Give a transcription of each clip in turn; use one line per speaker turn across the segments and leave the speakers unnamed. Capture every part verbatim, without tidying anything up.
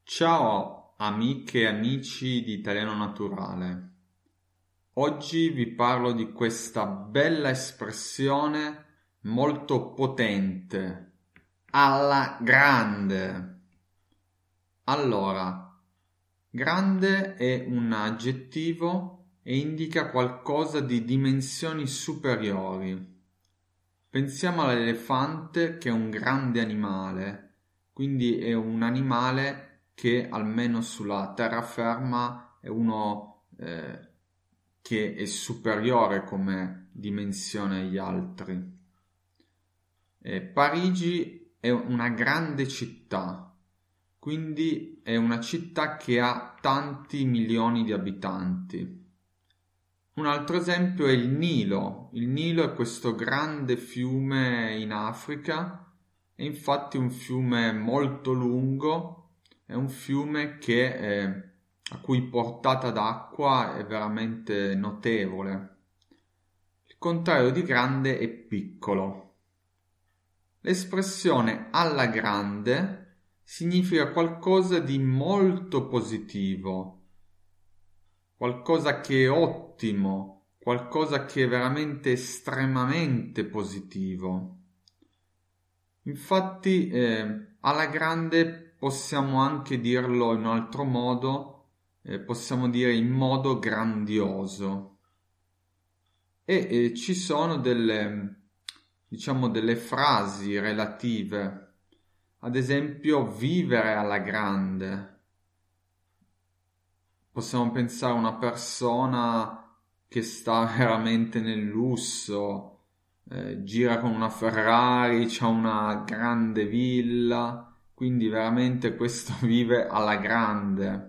Ciao amiche e amici di Italiano Naturale. Oggi vi parlo di questa bella espressione molto potente, alla grande. Allora, grande è un aggettivo e indica qualcosa di dimensioni superiori. Pensiamo all'elefante, che è un grande animale, quindi è un animale che almeno sulla terraferma è uno eh, che è superiore come dimensione agli altri. Eh, Parigi è una grande città, quindi è una città che ha tanti milioni di abitanti. Un altro esempio è il Nilo. Il Nilo è questo grande fiume in Africa, è infatti un fiume molto lungo, è un fiume che, eh, a cui portata d'acqua è veramente notevole. Il contrario di grande è piccolo. L'espressione alla grande significa qualcosa di molto positivo, qualcosa che è ottimo, qualcosa che è veramente estremamente positivo. Infatti, eh, alla grande possiamo anche dirlo in un altro modo, eh, possiamo dire in modo grandioso. E eh, ci sono delle, diciamo, delle frasi relative, ad esempio vivere alla grande. Possiamo pensare a una persona che sta veramente nel lusso, eh, gira con una Ferrari, c'ha una grande villa, quindi veramente questo vive alla grande.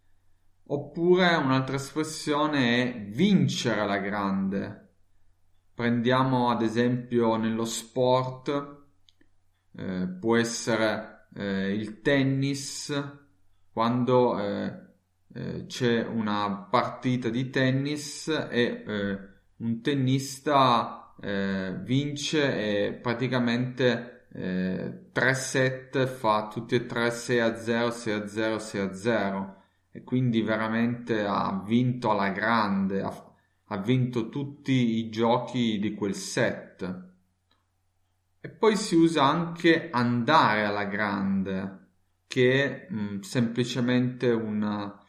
Oppure un'altra espressione è vincere alla grande. Prendiamo ad esempio nello sport, eh, può essere eh, il tennis, quando eh, eh, c'è una partita di tennis e eh, un tennista eh, vince e praticamente eh, tre set fa tutti e tre sei a zero, sei a zero, sei a zero e quindi veramente ha vinto alla grande, ha, ha vinto tutti i giochi di quel set. E poi si usa anche andare alla grande, che è mh, semplicemente una,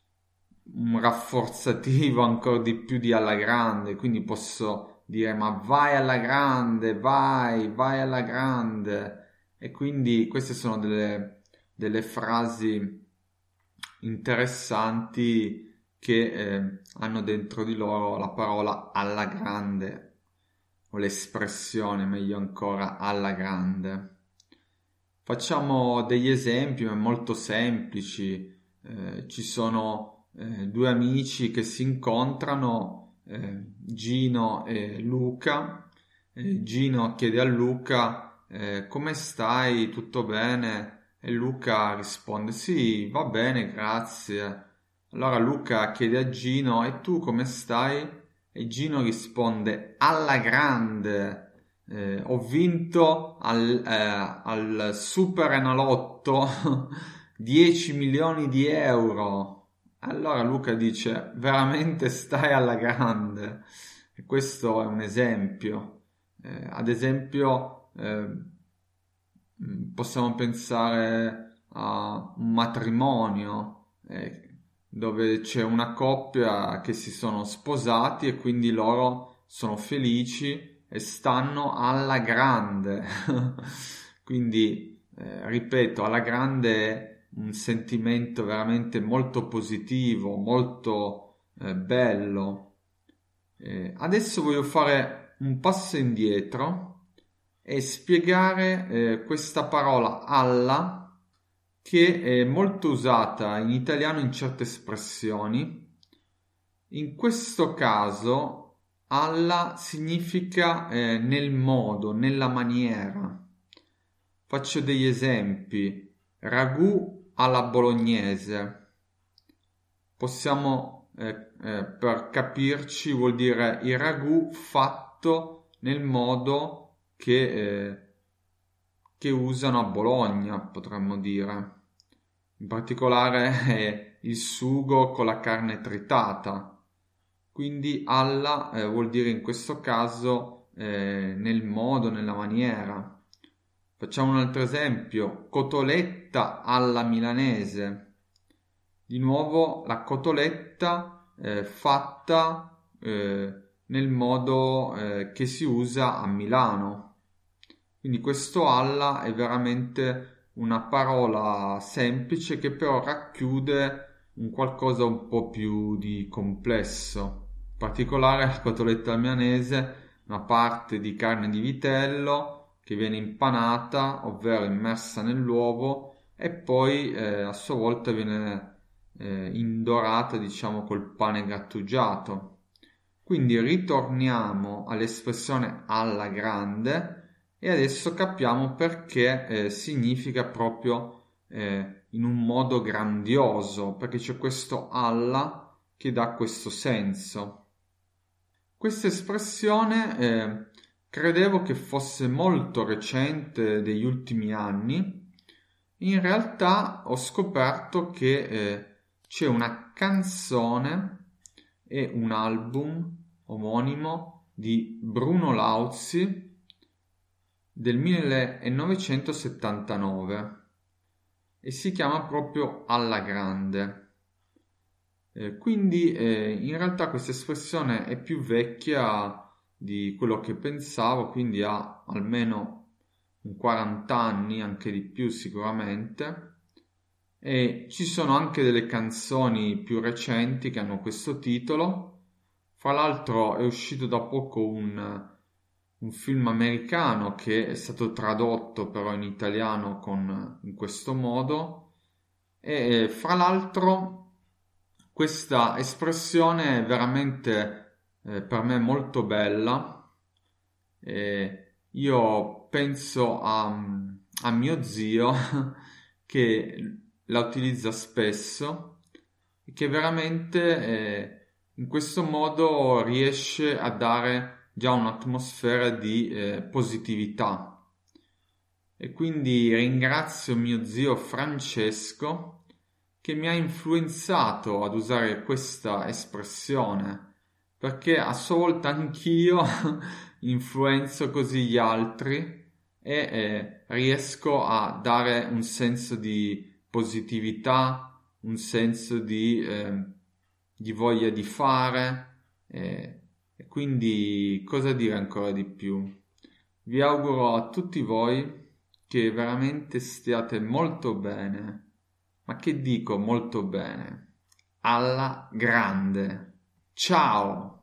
un rafforzativo ancora di più di alla grande, quindi posso dire ma vai alla grande, vai, vai alla grande. E quindi queste sono delle, delle frasi interessanti che eh, hanno dentro di loro la parola alla grande o l'espressione, meglio ancora, alla grande. Facciamo degli esempi molto semplici. Eh, ci sono eh, due amici che si incontrano, eh, Gino e Luca. Eh, Gino chiede a Luca eh, come stai? Tutto bene? E Luca risponde sì, va bene, grazie. Allora Luca chiede a Gino e tu come stai? E Gino risponde alla grande. Eh, ho vinto al, eh, al Super Enalotto dieci milioni di euro. Allora Luca dice, veramente stai alla grande. E questo è un esempio. Eh, ad esempio, eh, possiamo pensare a un matrimonio eh, dove c'è una coppia che si sono sposati e quindi loro sono felici e stanno alla grande. Quindi, eh, ripeto, alla grande è un sentimento veramente molto positivo, molto eh, bello. Eh, adesso voglio fare un passo indietro e spiegare eh, questa parola alla, che è molto usata in italiano in certe espressioni. In questo caso alla significa eh, nel modo, nella maniera. Faccio degli esempi. Ragù alla bolognese. Possiamo, eh, eh, per capirci, vuol dire il ragù fatto nel modo che, eh, che usano a Bologna, potremmo dire. in particolare eh, il sugo con la carne tritata. Quindi Allah eh, vuol dire in questo caso eh, nel modo, nella maniera. Facciamo un altro esempio, cotoletta alla milanese. Di nuovo la cotoletta eh, fatta eh, nel modo eh, che si usa a Milano. Quindi questo Allah è veramente una parola semplice che però racchiude un qualcosa un po' più di complesso. In particolare la cotoletta milanese, una parte di carne di vitello che viene impanata, ovvero immersa nell'uovo, e poi eh, a sua volta viene eh, indorata, diciamo, col pane grattugiato. Quindi ritorniamo all'espressione alla grande e adesso capiamo perché eh, significa proprio eh, in un modo grandioso, perché c'è questo alla che dà questo senso. Questa espressione eh, credevo che fosse molto recente, degli ultimi anni. In realtà ho scoperto che eh, c'è una canzone e un album omonimo di Bruno Lauzi del millenovecentosettantanove e si chiama proprio Alla grande. Eh, quindi eh, in realtà questa espressione è più vecchia di quello che pensavo, quindi ha almeno un quaranta anni, anche di più sicuramente, e ci sono anche delle canzoni più recenti che hanno questo titolo. Fra l'altro è uscito da poco un, un film americano che è stato tradotto però in italiano con, in questo modo, e fra l'altro questa espressione è veramente eh, per me molto bella. Eh, io penso a, a mio zio che la utilizza spesso e che veramente eh, in questo modo riesce a dare già un'atmosfera di eh, positività. E quindi ringrazio mio zio Francesco che mi ha influenzato ad usare questa espressione, perché a sua volta anch'io influenzo così gli altri e eh, riesco a dare un senso di positività, un senso di, eh, di voglia di fare eh, e quindi cosa dire ancora di più? Vi auguro a tutti voi che veramente stiate molto bene. Ma che dico molto bene? Alla grande. Ciao!